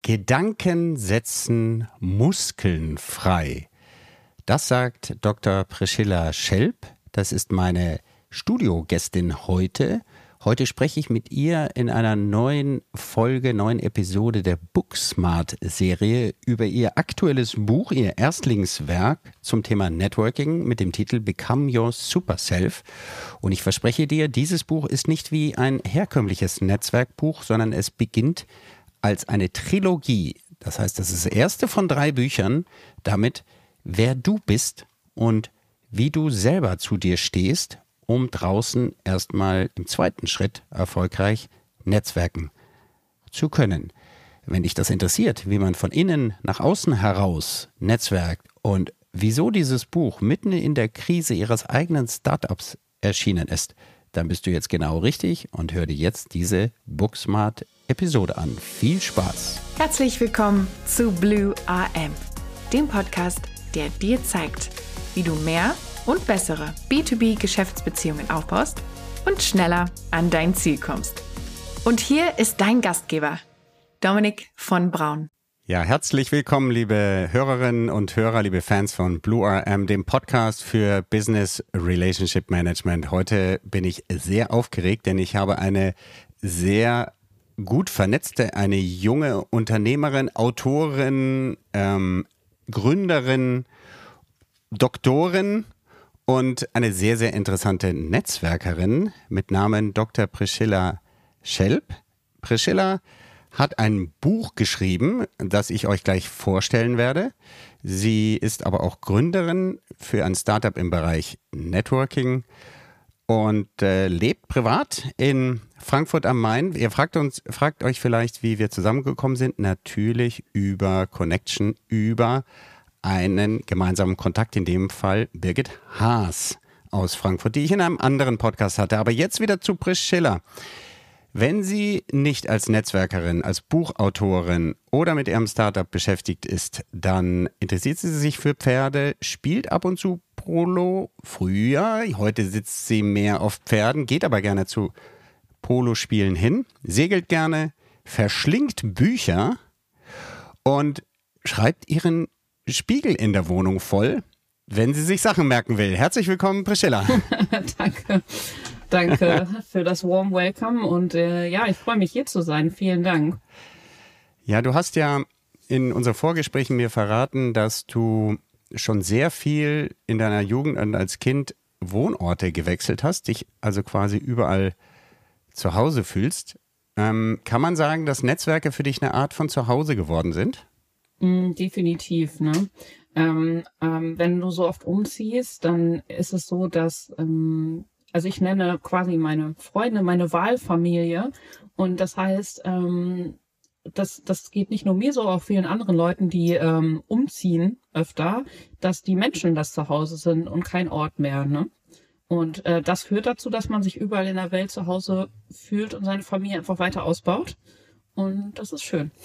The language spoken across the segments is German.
Gedanken setzen Muskeln frei. Das sagt Dr. Priscilla Schelp. Das ist meine Studiogästin heute. Heute spreche ich mit ihr in einer neuen Episode der Booksmart-Serie über ihr aktuelles Buch, ihr Erstlingswerk zum Thema Networking mit dem Titel Become Your Super Self. Und ich verspreche dir, dieses Buch ist nicht wie ein herkömmliches Netzwerkbuch, sondern es beginnt als eine Trilogie. Das heißt, das ist das erste von 3 Büchern damit, wer du bist und wie du selber zu dir stehst, um draußen erstmal im zweiten Schritt erfolgreich netzwerken zu können. Wenn dich das interessiert, wie man von innen nach außen heraus netzwerkt und wieso dieses Buch mitten in der Krise ihres eigenen Startups erschienen ist, dann bist du jetzt genau richtig und hör dir jetzt diese Booksmart-Episode an. Viel Spaß! Herzlich willkommen zu Blue AM, dem Podcast, der dir zeigt, wie du mehr und bessere B2B-Geschäftsbeziehungen aufbaust und schneller an dein Ziel kommst. Und hier ist dein Gastgeber, Dominik von Braun. Ja, herzlich willkommen, liebe Hörerinnen und Hörer, liebe Fans von Blue RM, dem Podcast für Business Relationship Management. Heute bin ich sehr aufgeregt, denn ich habe eine sehr gut vernetzte, eine junge Unternehmerin, Autorin, Gründerin, Doktorin und eine sehr, sehr interessante Netzwerkerin mit Namen Dr. Priscilla Schelp. Priscilla hat ein Buch geschrieben, das ich euch gleich vorstellen werde. Sie ist aber auch Gründerin für ein Startup im Bereich Networking und lebt privat in Frankfurt am Main. Ihr fragt euch vielleicht, wie wir zusammengekommen sind. Natürlich über Connection, über einen gemeinsamen Kontakt, in dem Fall Birgit Haas aus Frankfurt, die ich in einem anderen Podcast hatte. Aber jetzt wieder zu Priscilla. Wenn sie nicht als Netzwerkerin, als Buchautorin oder mit ihrem Startup beschäftigt ist, dann interessiert sie sich für Pferde, spielt ab und zu Polo, früher, heute sitzt sie mehr auf Pferden, geht aber gerne zu Polospielen hin, segelt gerne, verschlingt Bücher und schreibt ihren Spiegel in der Wohnung voll, wenn sie sich Sachen merken will. Herzlich willkommen, Priscilla. Danke für das warm Welcome und ich freue mich, hier zu sein. Vielen Dank. Ja, du hast ja in unseren Vorgesprächen mir verraten, dass du schon sehr viel in deiner Jugend und als Kind Wohnorte gewechselt hast, dich also quasi überall zu Hause fühlst. Kann man sagen, dass Netzwerke für dich eine Art von Zuhause geworden sind? Definitiv, ne? Wenn du so oft umziehst, dann ist es so, dass also ich nenne quasi meine Freunde, meine Wahlfamilie. Und das heißt, das geht nicht nur mir so, auch vielen anderen Leuten, die umziehen öfter, dass die Menschen das Zuhause sind und kein Ort mehr. Ne? Und das führt dazu, dass man sich überall in der Welt zu Hause fühlt und seine Familie einfach weiter ausbaut. Und das ist schön.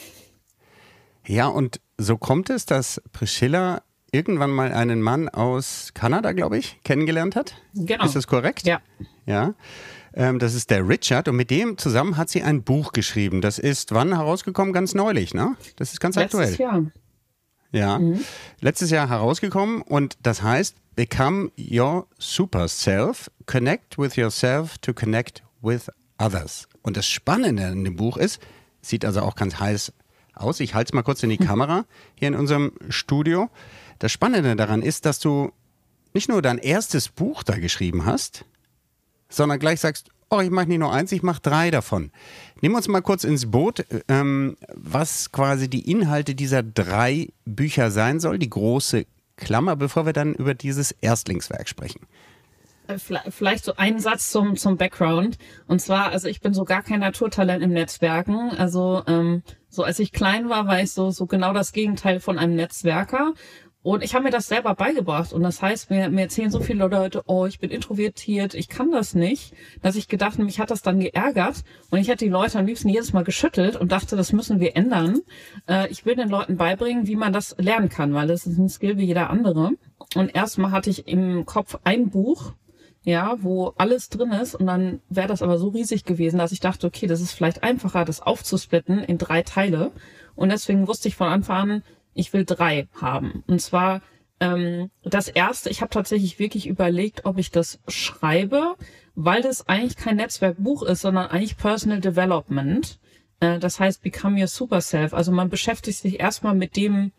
Ja, und so kommt es, dass Priscilla irgendwann mal einen Mann aus Kanada, glaube ich, kennengelernt hat. Genau. Ist das korrekt? Ja. Ja. Das ist der Richard und mit dem zusammen hat sie ein Buch geschrieben. Das ist wann herausgekommen? Ganz neulich, ne? Das ist ganz aktuell. Letztes Jahr. Ja, letztes Jahr herausgekommen und das heißt Become Your Super Self, Connect with Yourself to Connect with Others. Und das Spannende an dem Buch ist, sieht also auch ganz heiß aus. Ich halte es mal kurz in die Kamera hier in unserem Studio. Das Spannende daran ist, dass du nicht nur dein erstes Buch da geschrieben hast, sondern gleich sagst, oh, ich mache nicht nur 1, ich mache 3 davon. Nehmen wir uns mal kurz ins Boot, was quasi die Inhalte dieser 3 Bücher sein soll, die große Klammer, bevor wir dann über dieses Erstlingswerk sprechen. Vielleicht so einen Satz zum Background. Und zwar, also ich bin so gar kein Naturtalent im Netzwerken. Also so als ich klein war ich so genau das Gegenteil von einem Netzwerker. Und ich habe mir das selber beigebracht. Und das heißt, mir erzählen so viele Leute, oh, ich bin introvertiert, ich kann das nicht, dass ich gedacht habe, mich hat das dann geärgert. Und ich hätte die Leute am liebsten jedes Mal geschüttelt und dachte, das müssen wir ändern. Ich will den Leuten beibringen, wie man das lernen kann, weil das ist ein Skill wie jeder andere. Und erstmal hatte ich im Kopf ein Buch, ja, wo alles drin ist und dann wäre das aber so riesig gewesen, dass ich dachte, okay, das ist vielleicht einfacher, das aufzusplitten in 3 Teile und deswegen wusste ich von Anfang an, ich will 3 haben. Und zwar das erste, ich habe tatsächlich wirklich überlegt, ob ich das schreibe, weil das eigentlich kein Netzwerkbuch ist, sondern eigentlich Personal Development. Das heißt Become Your Super Self. Also man beschäftigt sich erstmal mit dem,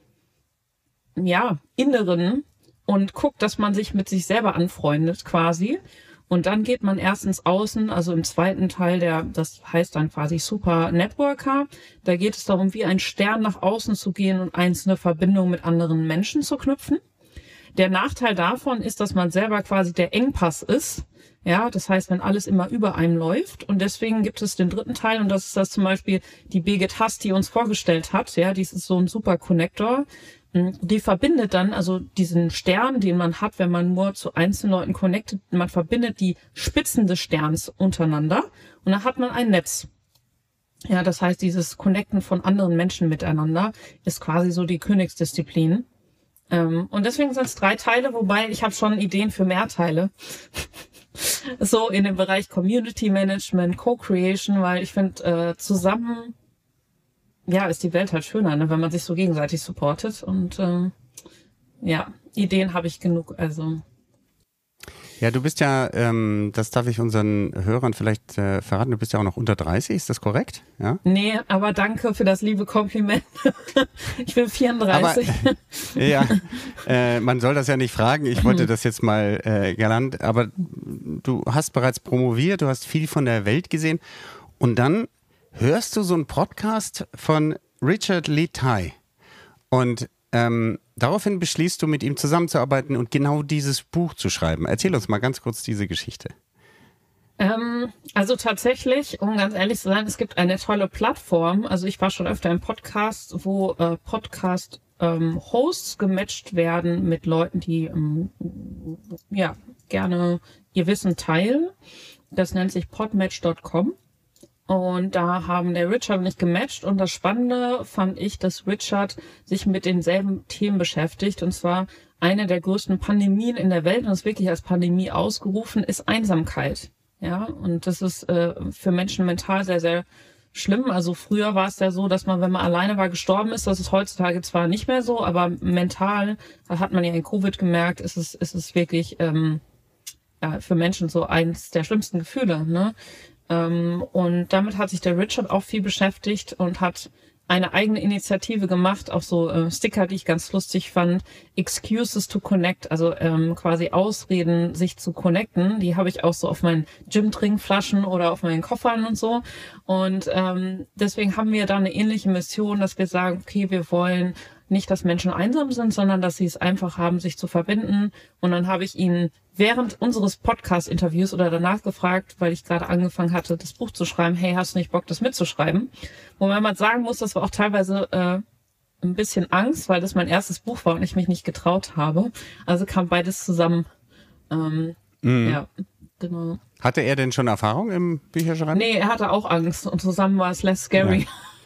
ja, Inneren und guckt, dass man sich mit sich selber anfreundet quasi. Und dann geht man erst ins Außen, also im zweiten Teil, das heißt dann quasi Super Networker. Da geht es darum, wie ein Stern nach außen zu gehen und einzelne Verbindungen mit anderen Menschen zu knüpfen. Der Nachteil davon ist, dass man selber quasi der Engpass ist. Ja, das heißt, wenn alles immer über einem läuft. Und deswegen gibt es den dritten Teil und das ist das zum Beispiel die Birgit Hass, die uns vorgestellt hat. Ja, dies ist so ein super Connector. Die verbindet dann, also diesen Stern, den man hat, wenn man nur zu einzelnen Leuten connectet, man verbindet die Spitzen des Sterns untereinander und dann hat man ein Netz. Ja, das heißt, dieses Connecten von anderen Menschen miteinander ist quasi so die Königsdisziplin. Und deswegen sind es 3 Teile, wobei ich habe schon Ideen für mehr Teile. So in dem Bereich Community Management, Co-Creation, weil ich finde, zusammen ja, ist die Welt halt schöner, ne, wenn man sich so gegenseitig supportet. Und ja, Ideen habe ich genug. Also Ja, du bist ja, das darf ich unseren Hörern vielleicht verraten, du bist ja auch noch unter 30, ist das korrekt? Ja? Nee, aber danke für das liebe Kompliment. Ich bin 34. Aber, ja, man soll das ja nicht fragen, ich wollte das jetzt mal galant, aber du hast bereits promoviert, du hast viel von der Welt gesehen und dann hörst du so einen Podcast von Richard Lee Tai und daraufhin beschließt du, mit ihm zusammenzuarbeiten und genau dieses Buch zu schreiben. Erzähl uns mal ganz kurz diese Geschichte. Also tatsächlich, um ganz ehrlich zu sein, es gibt eine tolle Plattform. Also ich war schon öfter im Podcast, wo Podcast-Hosts gematcht werden mit Leuten, die ja gerne ihr Wissen teilen. Das nennt sich podmatch.com. Und da haben der Richard und ich gematcht und das Spannende fand ich, dass Richard sich mit denselben Themen beschäftigt und zwar eine der größten Pandemien in der Welt und ist wirklich als Pandemie ausgerufen, ist Einsamkeit. Ja, und das ist für Menschen mental sehr, sehr schlimm. Also früher war es ja so, dass man, wenn man alleine war, gestorben ist. Das ist heutzutage zwar nicht mehr so, aber mental, da hat man ja in Covid gemerkt, ist es wirklich ja, für Menschen so eins der schlimmsten Gefühle, ne? Und damit hat sich der Richard auch viel beschäftigt und hat eine eigene Initiative gemacht, auch so Sticker, die ich ganz lustig fand, Excuses to Connect, also quasi Ausreden, sich zu connecten. Die habe ich auch so auf meinen Gym-Trinkflaschen oder auf meinen Koffern und so. Und deswegen haben wir da eine ähnliche Mission, dass wir sagen, okay, wir wollen nicht, dass Menschen einsam sind, sondern dass sie es einfach haben, sich zu verbinden. Und dann habe ich ihn während unseres Podcast-Interviews oder danach gefragt, weil ich gerade angefangen hatte, das Buch zu schreiben, hey, hast du nicht Bock, das mitzuschreiben? Wobei man sagen muss, das war auch teilweise ein bisschen Angst, weil das mein erstes Buch war und ich mich nicht getraut habe. Also kam beides zusammen. Ja, genau. Hatte er denn schon Erfahrung im Bücherschreiben? Nee, er hatte auch Angst und zusammen war es less scary.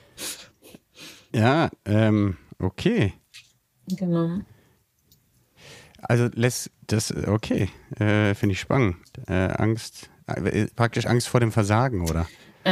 Ja, okay. Genau. Also okay, finde ich spannend. Praktisch Angst vor dem Versagen, oder?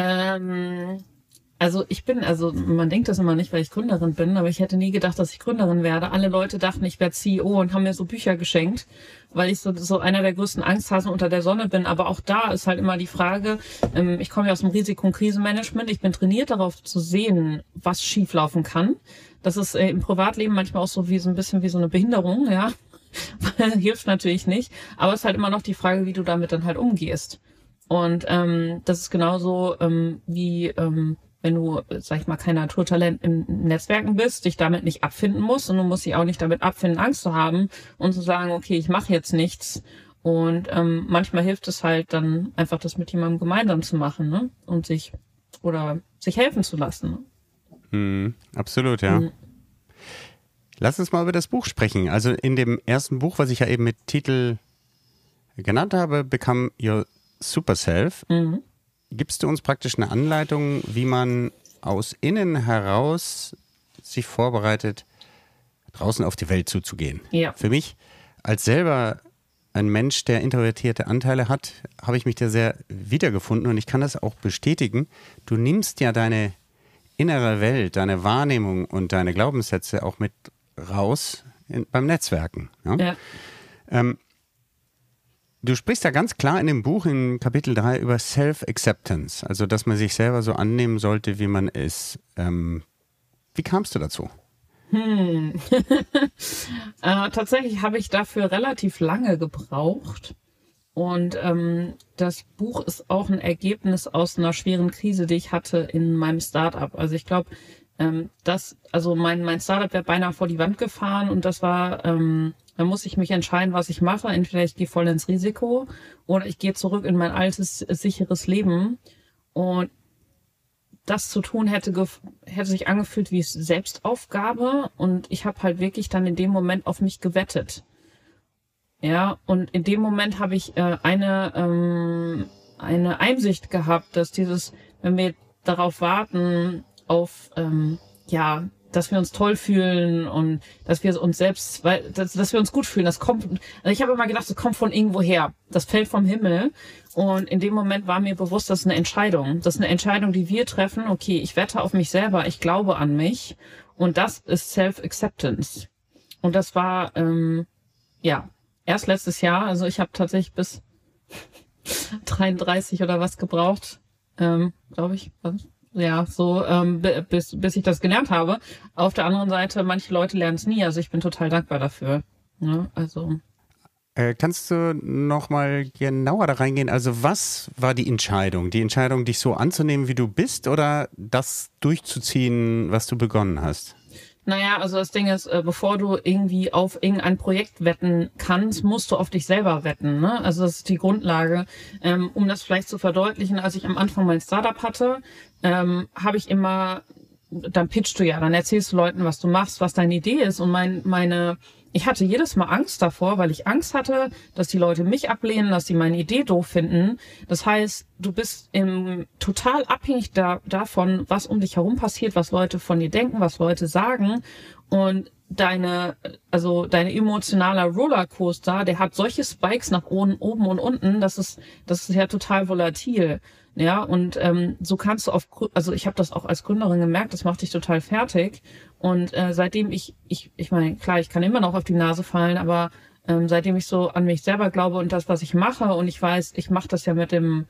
Also man denkt das immer nicht, weil ich Gründerin bin, aber ich hätte nie gedacht, dass ich Gründerin werde. Alle Leute dachten, ich werde CEO und haben mir so Bücher geschenkt, weil ich so einer der größten Angsthasen unter der Sonne bin. Aber auch da ist halt immer die Frage, ich komme ja aus dem Risiko- und Krisenmanagement, ich bin trainiert darauf zu sehen, was schieflaufen kann. Das ist im Privatleben manchmal auch so ein bisschen wie so eine Behinderung, ja. Hilft natürlich nicht, aber es ist halt immer noch die Frage, wie du damit dann halt umgehst. Und das ist genauso wie wenn du, sag ich mal, kein Naturtalent im Netzwerken bist, dich damit nicht abfinden musst und du musst dich auch nicht damit abfinden, Angst zu haben und zu sagen, okay, ich mache jetzt nichts. Und manchmal hilft es halt dann einfach, das mit jemandem gemeinsam zu machen, ne? Und sich helfen zu lassen. Ne? Absolut, ja. Lass uns mal über das Buch sprechen. Also in dem ersten Buch, was ich ja eben mit Titel genannt habe, Become Your Super Self, gibst du uns praktisch eine Anleitung, wie man aus innen heraus sich vorbereitet, draußen auf die Welt zuzugehen. Ja. Für mich als selber ein Mensch, der introvertierte Anteile hat, habe ich mich da sehr wiedergefunden und ich kann das auch bestätigen. Du nimmst ja deine innere Welt, deine Wahrnehmung und deine Glaubenssätze auch mit raus beim Netzwerken. Ja? Du sprichst da ganz klar in dem Buch in Kapitel 3 über Self-Acceptance, also dass man sich selber so annehmen sollte, wie man ist. Wie kamst du dazu? Tatsächlich habe ich dafür relativ lange gebraucht. Und das Buch ist auch ein Ergebnis aus einer schweren Krise, die ich hatte in meinem Startup. Also ich glaube, mein Startup wäre beinahe vor die Wand gefahren und das war, da muss ich mich entscheiden, was ich mache. Entweder ich gehe voll ins Risiko oder ich gehe zurück in mein altes, sicheres Leben. Und das zu tun hätte sich angefühlt wie Selbstaufgabe und ich habe halt wirklich dann in dem Moment auf mich gewettet. Ja, und in dem Moment habe ich eine Einsicht gehabt, dass wenn wir darauf warten, dass wir uns toll fühlen und dass wir uns selbst, dass wir uns gut fühlen, ich habe immer gedacht, das kommt von irgendwo her, das fällt vom Himmel und in dem Moment war mir bewusst, das ist eine Entscheidung, die wir treffen, okay, ich wette auf mich selber, ich glaube an mich und das ist Self-Acceptance und das war, erst letztes Jahr, also ich habe tatsächlich bis 33 oder was gebraucht, glaube ich, ja, so bis ich das gelernt habe. Auf der anderen Seite, manche Leute lernen es nie, also ich bin total dankbar dafür. Ja, also. Kannst du noch mal genauer da reingehen? Also was war die Entscheidung? Die Entscheidung, dich so anzunehmen, wie du bist oder das durchzuziehen, was du begonnen hast? Naja, also das Ding ist, bevor du irgendwie auf irgendein Projekt wetten kannst, musst du auf dich selber wetten, ne? Also das ist die Grundlage. Um das vielleicht zu verdeutlichen, als ich am Anfang mein Startup hatte, habe ich immer, dann pitchst du ja, dann erzählst du Leuten, was du machst, was deine Idee ist und ich hatte jedes Mal Angst davor, weil ich Angst hatte, dass die Leute mich ablehnen, dass sie meine Idee doof finden. Das heißt, du bist total abhängig davon, was um dich herum passiert, was Leute von dir denken, was Leute sagen. Und deine emotionaler Rollercoaster, der hat solche Spikes nach oben und unten, das ist ja total volatil. Ja, und so kannst du ich habe das auch als Gründerin gemerkt, das macht dich total fertig. Und seitdem ich meine, klar, ich kann immer noch auf die Nase fallen, aber seitdem ich so an mich selber glaube und das, was ich mache, und ich weiß, ich mache das ja mit dem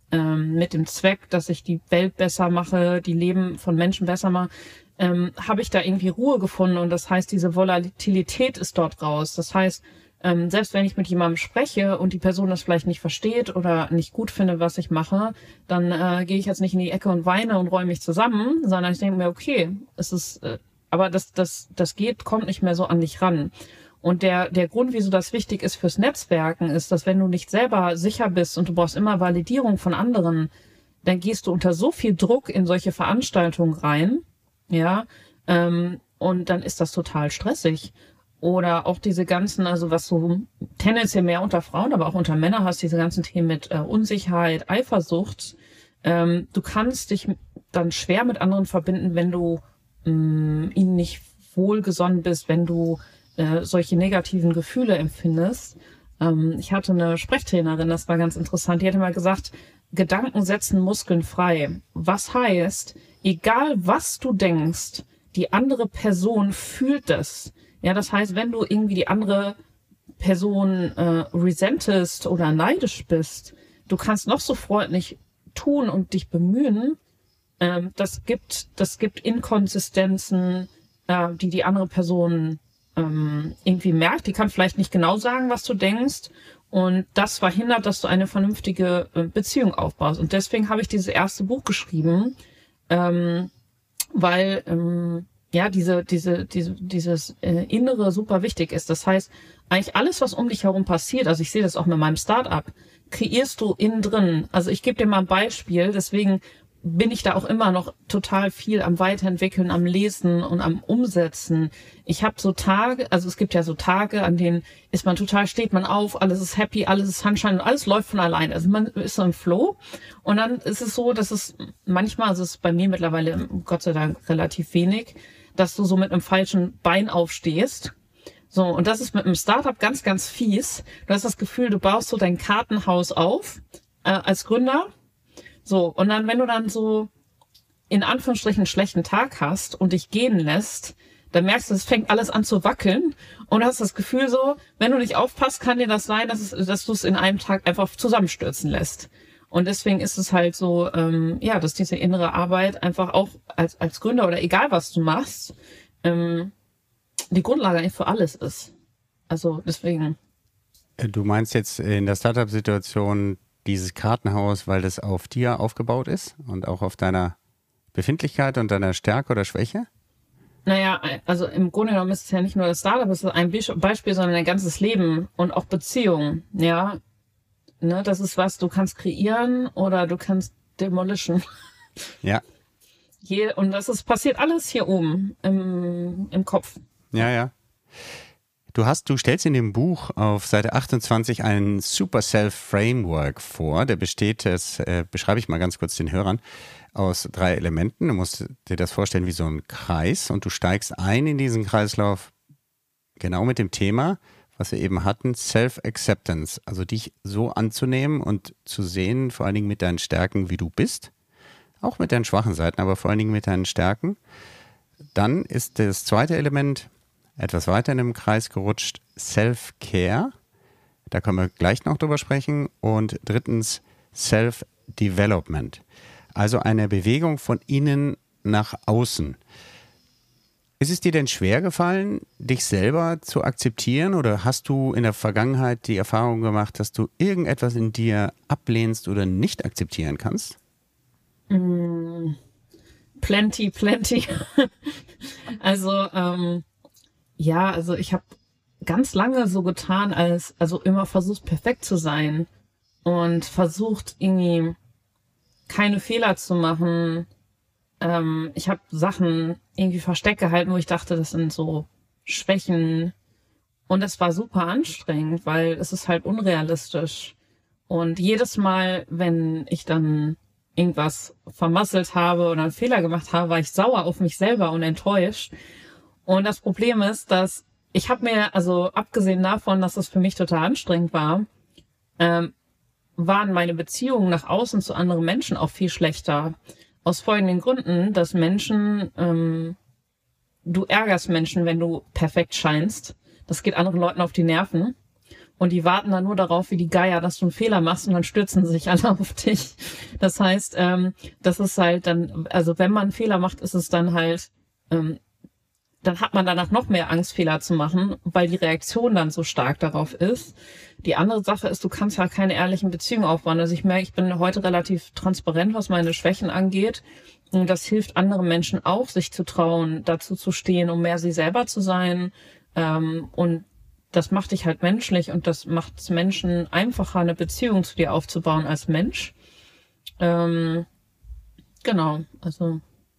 Zweck, dass ich die Welt besser mache, die Leben von Menschen besser mache, habe ich da irgendwie Ruhe gefunden. Und das heißt, diese Volatilität ist dort raus. Das heißt, selbst wenn ich mit jemandem spreche und die Person das vielleicht nicht versteht oder nicht gut findet, was ich mache, dann gehe ich jetzt nicht in die Ecke und weine und räume mich zusammen, sondern ich denke mir, okay, es ist, aber das kommt nicht mehr so an dich ran. Und der Grund, wieso das wichtig ist fürs Netzwerken, ist, dass wenn du nicht selber sicher bist und du brauchst immer Validierung von anderen, dann gehst du unter so viel Druck in solche Veranstaltungen rein, ja, und dann ist das total stressig. Oder auch diese ganzen, also was so tendenziell mehr unter Frauen, aber auch unter Männern hast, diese ganzen Themen mit Unsicherheit, Eifersucht. Du kannst dich dann schwer mit anderen verbinden, wenn du ihnen nicht wohlgesonnen bist, wenn du solche negativen Gefühle empfindest. Ich hatte eine Sprechtrainerin, das war ganz interessant, die hatte mal gesagt, Gedanken setzen Muskeln frei. Was heißt, egal was du denkst, die andere Person fühlt das. Ja, das heißt, wenn du irgendwie die andere Person resentest oder neidisch bist, du kannst noch so freundlich tun und dich bemühen. Das gibt Inkonsistenzen, die andere Person irgendwie merkt. Die kann vielleicht nicht genau sagen, was du denkst. Und das verhindert, dass du eine vernünftige Beziehung aufbaust. Und deswegen habe ich dieses erste Buch geschrieben, weil dieses Innere super wichtig ist. Das heißt, eigentlich alles, was um dich herum passiert, also ich sehe das auch mit meinem Start-up, kreierst du innen drin. Also ich gebe dir mal ein Beispiel, deswegen bin ich da auch immer noch total viel am Weiterentwickeln, am Lesen und am Umsetzen. Ich habe so Tage, also es gibt ja so Tage, an denen steht man auf, alles ist happy, alles ist Sunshine und alles läuft von allein. Also man ist so im Flow und dann ist es so, dass es manchmal, also es ist bei mir mittlerweile Gott sei Dank relativ wenig, dass du so mit einem falschen Bein aufstehst. So, und das ist mit einem Startup ganz, ganz fies. Du hast das Gefühl, du baust so dein Kartenhaus auf als Gründer. So, und dann, wenn du dann so in Anführungsstrichen einen schlechten Tag hast und dich gehen lässt, dann merkst du, es fängt alles an zu wackeln und hast das Gefühl so, wenn du nicht aufpasst, kann dir das sein, dass du es in einem Tag einfach zusammenstürzen lässt. Und deswegen ist es halt so, dass diese innere Arbeit einfach auch als Gründer oder egal was du machst, die Grundlage eigentlich für alles ist. Also deswegen. Du meinst jetzt in der Startup-Situation dieses Kartenhaus, weil das auf dir aufgebaut ist und auch auf deiner Befindlichkeit und deiner Stärke oder Schwäche? Naja, also im Grunde genommen ist es ja nicht nur das Startup, es ist ein Beispiel, sondern ein ganzes Leben und auch Beziehungen, ja. Ne, das ist was, du kannst kreieren oder du kannst demolishen. Ja. Und das passiert alles hier oben im Kopf. Ja. Du stellst in dem Buch auf Seite 28 ein Super Self Framework vor. Der besteht, das beschreibe ich mal ganz kurz den Hörern, aus 3 Elementen. Du musst dir das vorstellen wie so ein Kreis und du steigst ein in diesen Kreislauf genau mit dem Thema, was wir eben hatten, Self-Acceptance, also dich so anzunehmen und zu sehen, vor allen Dingen mit deinen Stärken, wie du bist, auch mit deinen schwachen Seiten, aber vor allen Dingen mit deinen Stärken. Dann ist das zweite Element etwas weiter in dem Kreis gerutscht, Self-Care, da können wir gleich noch drüber sprechen, und drittens Self-Development, also eine Bewegung von innen nach außen. Ist es dir denn schwer gefallen, dich selber zu akzeptieren, oder hast du in der Vergangenheit die Erfahrung gemacht, dass du irgendetwas in dir ablehnst oder nicht akzeptieren kannst? Plenty. Also, also ich habe ganz lange so getan, also immer versucht, perfekt zu sein und versucht, irgendwie keine Fehler zu machen. Ich habe Sachen irgendwie versteckt gehalten, wo ich dachte, das sind so Schwächen. Und das war super anstrengend, weil es ist halt unrealistisch. Und jedes Mal, wenn ich dann irgendwas vermasselt habe oder einen Fehler gemacht habe, war ich sauer auf mich selber und enttäuscht. Und das Problem ist, dass ich habe mir, also abgesehen davon, dass das für mich total anstrengend war, waren meine Beziehungen nach außen zu anderen Menschen auch viel schlechter. Aus folgenden Gründen, dass du ärgerst Menschen, wenn du perfekt scheinst. Das geht anderen Leuten auf die Nerven. Und die warten dann nur darauf, wie die Geier, dass du einen Fehler machst, und dann stürzen sie sich alle auf dich. Das heißt, das ist halt dann, also wenn man einen Fehler macht, ist es dann halt, dann hat man danach noch mehr Angst, Fehler zu machen, weil die Reaktion dann so stark darauf ist. Die andere Sache ist, du kannst ja keine ehrlichen Beziehungen aufbauen. Also ich merke, ich bin heute relativ transparent, was meine Schwächen angeht. Und das hilft anderen Menschen auch, sich zu trauen, dazu zu stehen, um mehr sie selber zu sein. Und das macht dich halt menschlich, und das macht es Menschen einfacher, eine Beziehung zu dir aufzubauen als Mensch. Genau, also.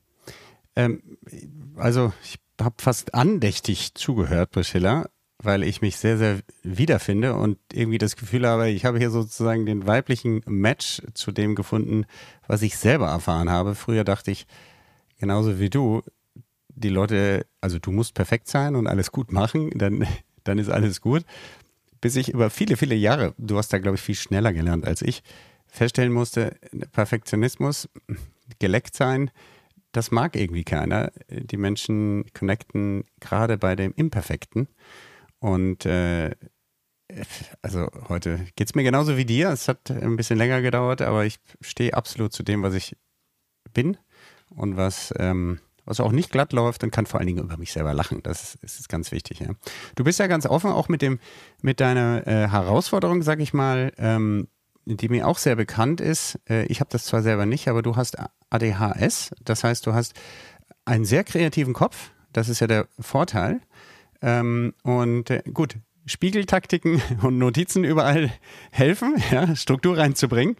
Ich habe fast andächtig zugehört, Priscilla, weil ich mich sehr, sehr wiederfinde und irgendwie das Gefühl habe, ich habe hier sozusagen den weiblichen Match zu dem gefunden, was ich selber erfahren habe. Früher dachte ich, genauso wie du, die Leute, also du musst perfekt sein und alles gut machen, dann ist alles gut. Bis ich über viele, viele Jahre, du hast da, glaube ich, viel schneller gelernt als ich, feststellen musste, Perfektionismus, geleckt sein, das mag irgendwie keiner. Die Menschen connecten gerade bei dem Imperfekten. Und also heute geht es mir genauso wie dir. Es hat ein bisschen länger gedauert, aber ich stehe absolut zu dem, was ich bin und was auch nicht glatt läuft, und kann vor allen Dingen über mich selber lachen. Das ist ganz wichtig. Ja. Du bist ja ganz offen auch mit deiner Herausforderung, sag ich mal, die mir auch sehr bekannt ist. Ich habe das zwar selber nicht, aber du hast ADHS. Das heißt, du hast einen sehr kreativen Kopf. Das ist ja der Vorteil. Gut, Spiegeltaktiken und Notizen überall helfen, ja, Struktur reinzubringen.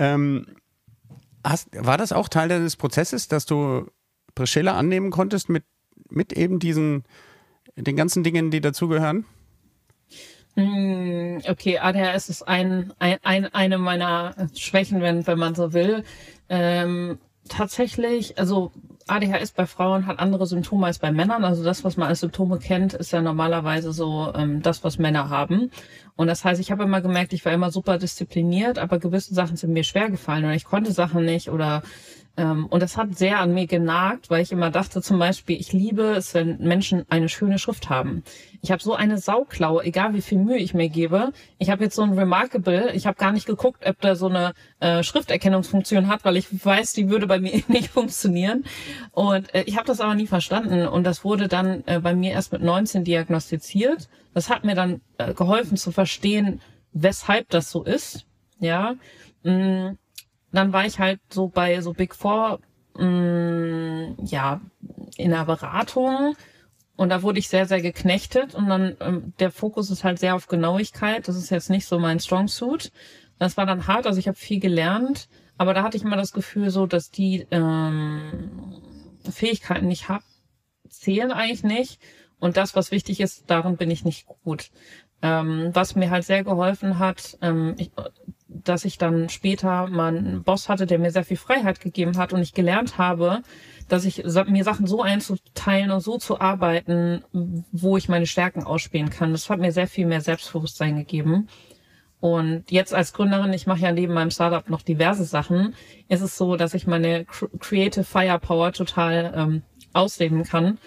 War das auch Teil deines Prozesses, dass du Priscilla annehmen konntest mit eben den ganzen Dingen, die dazugehören? Okay, ADHS ist eine meiner Schwächen, wenn man so will. Tatsächlich, also ADHS bei Frauen hat andere Symptome als bei Männern. Also das, was man als Symptome kennt, ist ja normalerweise so das, was Männer haben. Und das heißt, ich habe immer gemerkt, ich war immer super diszipliniert, aber gewisse Sachen sind mir schwer gefallen oder ich konnte Sachen nicht oder und das hat sehr an mir genagt, weil ich immer dachte zum Beispiel, ich liebe es, wenn Menschen eine schöne Schrift haben. Ich habe so eine Sauklaue, egal wie viel Mühe ich mir gebe. Ich habe jetzt so ein Remarkable, ich habe gar nicht geguckt, ob da so eine Schrifterkennungsfunktion hat, weil ich weiß, die würde bei mir nicht funktionieren. Und ich habe das aber nie verstanden. Und das wurde dann bei mir erst mit 19 diagnostiziert. Das hat mir dann geholfen zu verstehen, weshalb das so ist. Ja. Dann war ich halt so bei so Big Four, in der Beratung und da wurde ich sehr, sehr geknechtet und dann der Fokus ist halt sehr auf Genauigkeit. Das ist jetzt nicht so mein Strong Suit. Das war dann hart, also ich habe viel gelernt, aber da hatte ich immer das Gefühl so, dass die Fähigkeiten, die ich habe, zählen eigentlich nicht und das, was wichtig ist, darin bin ich nicht gut. Was mir halt sehr geholfen hat, dass ich dann später mal einen Boss hatte, der mir sehr viel Freiheit gegeben hat und ich gelernt habe, dass ich mir Sachen so einzuteilen und so zu arbeiten, wo ich meine Stärken ausspielen kann. Das hat mir sehr viel mehr Selbstbewusstsein gegeben. Und jetzt als Gründerin, ich mache ja neben meinem Startup noch diverse Sachen, ist es so, dass ich meine Creative Firepower total ausleben kann.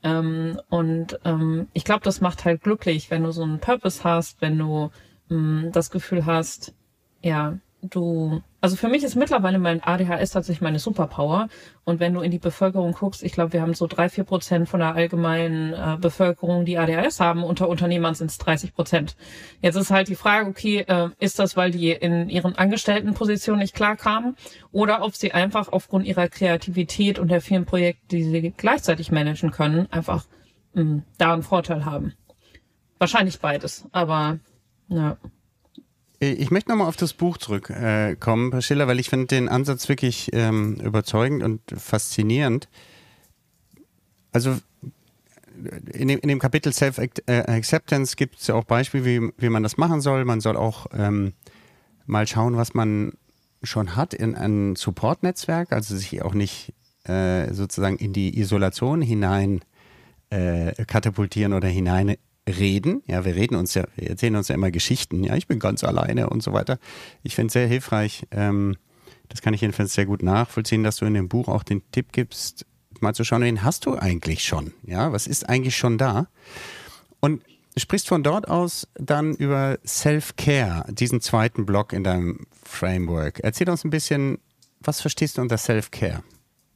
Ich glaube, das macht halt glücklich, wenn du so einen Purpose hast, wenn du das Gefühl hast, ja, also für mich ist mittlerweile mein ADHS tatsächlich meine Superpower. Und wenn du in die Bevölkerung guckst, ich glaube, wir haben so 3-4% von der allgemeinen Bevölkerung, die ADHS haben. Unter Unternehmern sind es 30%. Jetzt ist halt die Frage, okay, ist das, weil die in ihren Angestelltenpositionen nicht klarkamen? Oder ob sie einfach aufgrund ihrer Kreativität und der vielen Projekte, die sie gleichzeitig managen können, einfach da einen Vorteil haben. Wahrscheinlich beides, aber ja. Ich möchte nochmal auf das Buch zurückkommen, Priscilla, weil ich finde den Ansatz wirklich überzeugend und faszinierend. Also in dem Kapitel Self-Acceptance gibt es ja auch Beispiele, wie man das machen soll. Man soll auch mal schauen, was man schon hat in ein Support-Netzwerk, also sich auch nicht sozusagen in die Isolation hinein katapultieren oder hineinreden. Ja, wir erzählen uns ja immer Geschichten. Ja, ich bin ganz alleine und so weiter. Ich finde es sehr hilfreich. Das kann ich jedenfalls sehr gut nachvollziehen, dass du in dem Buch auch den Tipp gibst, mal zu schauen, wen hast du eigentlich schon? Ja, was ist eigentlich schon da? Und du sprichst von dort aus dann über Self-Care, diesen zweiten Block in deinem Framework. Erzähl uns ein bisschen, was verstehst du unter Self-Care?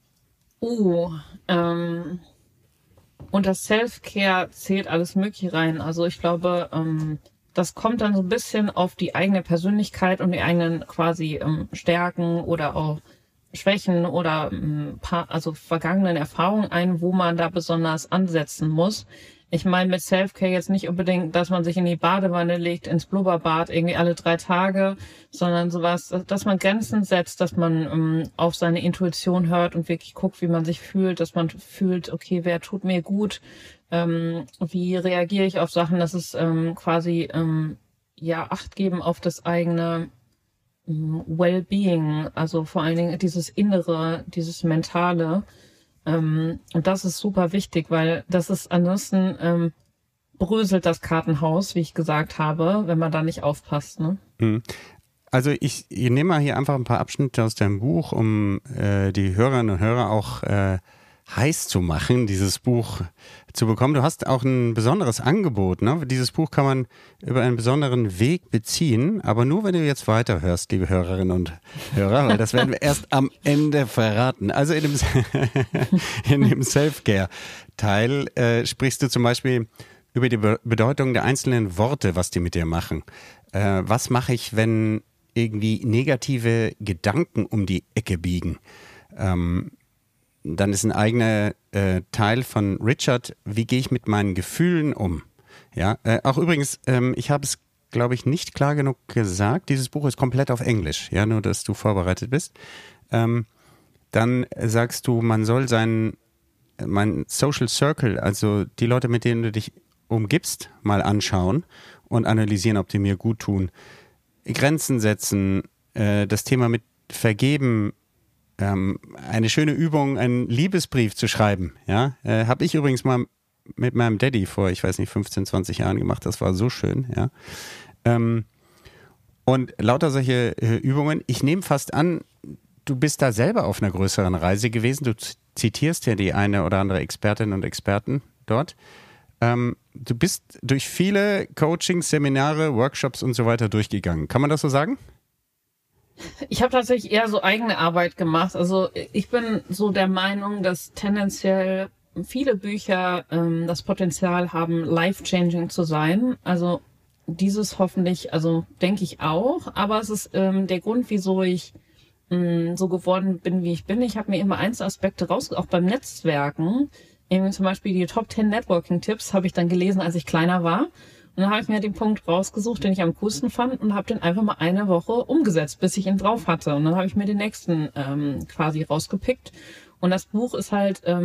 Unter Self-Care zählt alles Mögliche rein. Also ich glaube, das kommt dann so ein bisschen auf die eigene Persönlichkeit und die eigenen quasi Stärken oder auch Schwächen oder also vergangenen Erfahrungen ein, wo man da besonders ansetzen muss. Ich meine mit Self-Care jetzt nicht unbedingt, dass man sich in die Badewanne legt, ins Blubberbad irgendwie alle 3 Tage, sondern sowas, dass man Grenzen setzt, dass man auf seine Intuition hört und wirklich guckt, wie man sich fühlt, dass man fühlt, okay, wer tut mir gut, wie reagiere ich auf Sachen, das ist quasi Acht geben auf das eigene Well-Being, also vor allen Dingen dieses Innere, dieses Mentale. Und das ist super wichtig, weil das ist ansonsten bröselt das Kartenhaus, wie ich gesagt habe, wenn man da nicht aufpasst. Ne? Also ich nehme mal hier einfach ein paar Abschnitte aus deinem Buch, um die Hörerinnen und Hörer auch heiß zu machen, dieses Buch zu bekommen. Du hast auch ein besonderes Angebot, ne? Dieses Buch kann man über einen besonderen Weg beziehen, aber nur, wenn du jetzt weiterhörst, liebe Hörerinnen und Hörer, weil das werden wir erst am Ende verraten. Also in dem Self-Care-Teil sprichst du zum Beispiel über die Bedeutung der einzelnen Worte, was die mit dir machen. Was mache ich, wenn irgendwie negative Gedanken um die Ecke biegen? Dann ist ein eigener Teil von Richard, wie gehe ich mit meinen Gefühlen um? Ja, auch übrigens, ich habe es, glaube ich, nicht klar genug gesagt, dieses Buch ist komplett auf Englisch, ja, nur dass du vorbereitet bist. Dann sagst du, man soll mein Social Circle, also die Leute, mit denen du dich umgibst, mal anschauen und analysieren, ob die mir gut tun. Grenzen setzen, das Thema mit Vergeben eine schöne Übung, einen Liebesbrief zu schreiben. Ja, habe ich übrigens mal mit meinem Daddy vor, ich weiß nicht, 15, 20 Jahren gemacht. Das war so schön. Ja, und lauter solche Übungen. Ich nehme fast an, du bist da selber auf einer größeren Reise gewesen. Du zitierst ja die eine oder andere Expertin und Experten dort. Du bist durch viele Coachings, Seminare, Workshops und so weiter durchgegangen. Kann man das so sagen? Ich habe tatsächlich eher so eigene Arbeit gemacht. Also ich bin so der Meinung, dass tendenziell viele Bücher das Potenzial haben, life-changing zu sein. Also dieses hoffentlich, also denke ich auch. Aber es ist der Grund, wieso ich so geworden bin, wie ich bin. Ich habe mir immer Einzelaspekte auch beim Netzwerken. Eben zum Beispiel die Top 10 Networking-Tipps habe ich dann gelesen, als ich kleiner war. Und dann habe ich mir den Punkt rausgesucht, den ich am coolsten fand und habe den einfach mal eine Woche umgesetzt, bis ich ihn drauf hatte. Und dann habe ich mir den nächsten quasi rausgepickt. Und das Buch ist halt so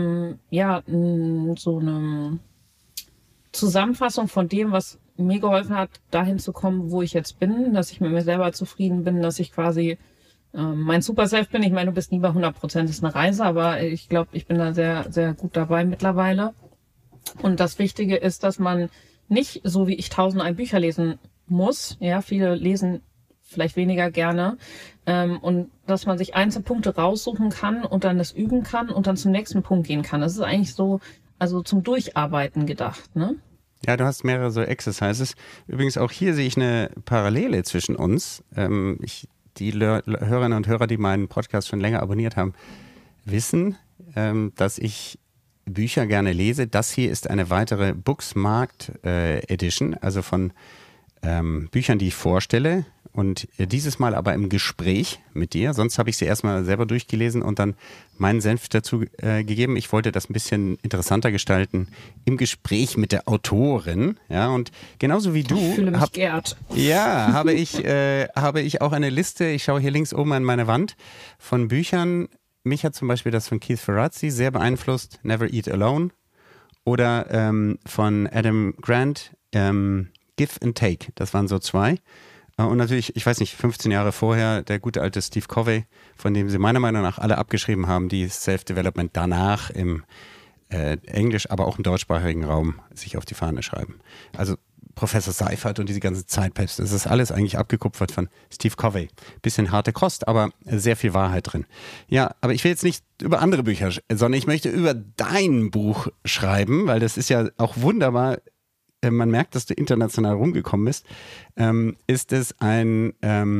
eine Zusammenfassung von dem, was mir geholfen hat, dahin zu kommen, wo ich jetzt bin, dass ich mit mir selber zufrieden bin, dass ich quasi mein Super-Self bin. Ich meine, du bist nie bei 100%, das ist eine Reise, aber ich glaube, ich bin da sehr, sehr gut dabei mittlerweile. Und das Wichtige ist, dass man nicht so wie ich 1001 Bücher lesen muss. Ja, viele lesen vielleicht weniger gerne. Und dass man sich Einzelpunkte raussuchen kann und dann das üben kann und dann zum nächsten Punkt gehen kann. Das ist eigentlich so, also zum Durcharbeiten gedacht, ne? Ja, du hast mehrere so Exercises. Übrigens auch hier sehe ich eine Parallele zwischen uns. Die Hörerinnen und Hörer, die meinen Podcast schon länger abonniert haben, wissen, dass ich Bücher gerne lese. Das hier ist eine weitere Booksmarkt Edition, also von Büchern, die ich vorstelle und dieses Mal aber im Gespräch mit dir. Sonst habe ich sie erstmal selber durchgelesen und dann meinen Senf dazu gegeben. Ich wollte das ein bisschen interessanter gestalten im Gespräch mit der Autorin. Ja, und genauso wie du. Ich fühle mich geehrt. Ja, habe ich auch eine Liste. Ich schaue hier links oben an meine Wand von Büchern. Mich hat zum Beispiel das von Keith Ferrazzi sehr beeinflusst, Never Eat Alone. Oder von Adam Grant, Give and Take. Das waren so zwei. Und natürlich, ich weiß nicht, 15 Jahre vorher, der gute alte Steve Covey, von dem sie meiner Meinung nach alle abgeschrieben haben, die Self-Development danach im Englisch, aber auch im deutschsprachigen Raum sich auf die Fahne schreiben. Also Professor Seifert und diese ganze Zeitpäpste, das ist alles eigentlich abgekupfert von Steve Covey. Bisschen harte Kost, aber sehr viel Wahrheit drin. Ja, aber ich will jetzt nicht über andere Bücher, sondern ich möchte über dein Buch schreiben, weil das ist ja auch wunderbar. Man merkt, dass du international rumgekommen bist. Ist es ein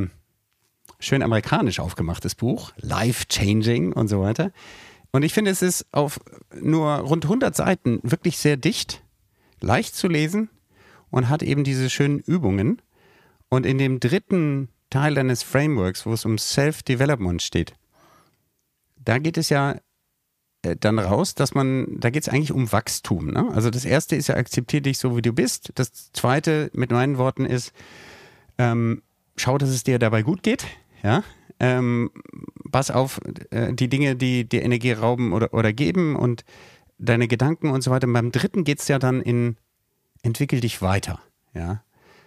schön amerikanisch aufgemachtes Buch, Life-Changing und so weiter. Und ich finde, es ist auf nur rund 100 Seiten wirklich sehr dicht, leicht zu lesen und hat eben diese schönen Übungen. Und in dem dritten Teil deines Frameworks, wo es um Self-Development steht, da geht es ja dann raus, da geht es eigentlich um Wachstum. Ne? Also das erste ist ja, akzeptiere dich so, wie du bist. Das zweite, mit meinen Worten, ist, schau, dass es dir dabei gut geht. Ja? Pass auf die Dinge, die dir Energie rauben oder geben und deine Gedanken und so weiter. Und beim dritten geht es ja dann in entwickel dich weiter. Ja?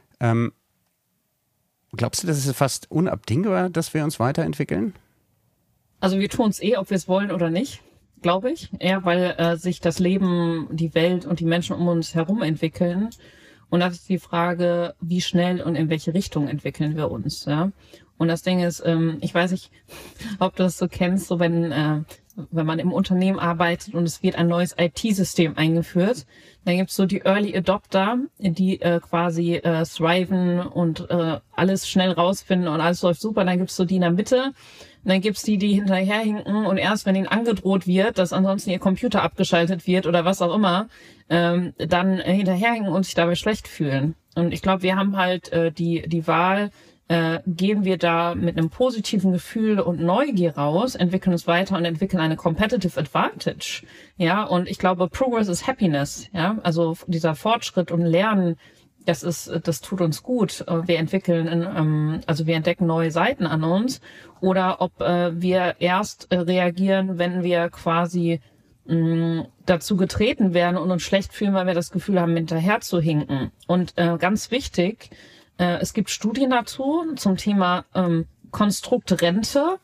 Glaubst du, das ist fast unabdingbar, dass wir uns weiterentwickeln? Also wir tun es ob wir es wollen oder nicht, glaube ich. Eher, weil sich das Leben, die Welt und die Menschen um uns herum entwickeln. Und das ist die Frage, wie schnell und in welche Richtung entwickeln wir uns. Ja? Und das Ding ist, ich weiß nicht, ob du das so kennst, so wenn man im Unternehmen arbeitet und es wird ein neues IT-System eingeführt, dann gibt's so die Early Adopter, die quasi thriven und alles schnell rausfinden und alles läuft super. Dann gibt's so die in der Mitte und dann gibt's die hinterherhinken und erst wenn ihnen angedroht wird, dass ansonsten ihr Computer abgeschaltet wird oder was auch immer, dann hinterherhinken und sich dabei schlecht fühlen. Und ich glaube, wir haben halt die Wahl, gehen wir da mit einem positiven Gefühl und Neugier raus, entwickeln uns weiter und entwickeln eine Competitive Advantage. Ja, und ich glaube, Progress is Happiness. Ja, also dieser Fortschritt und Lernen, das tut uns gut. Wir entwickeln, wir entdecken neue Seiten an uns. Oder ob wir erst reagieren, wenn wir quasi dazu getreten werden und uns schlecht fühlen, weil wir das Gefühl haben, hinterher zu hinken. Und ganz wichtig, es gibt Studien dazu zum Thema Konstrukt Rente.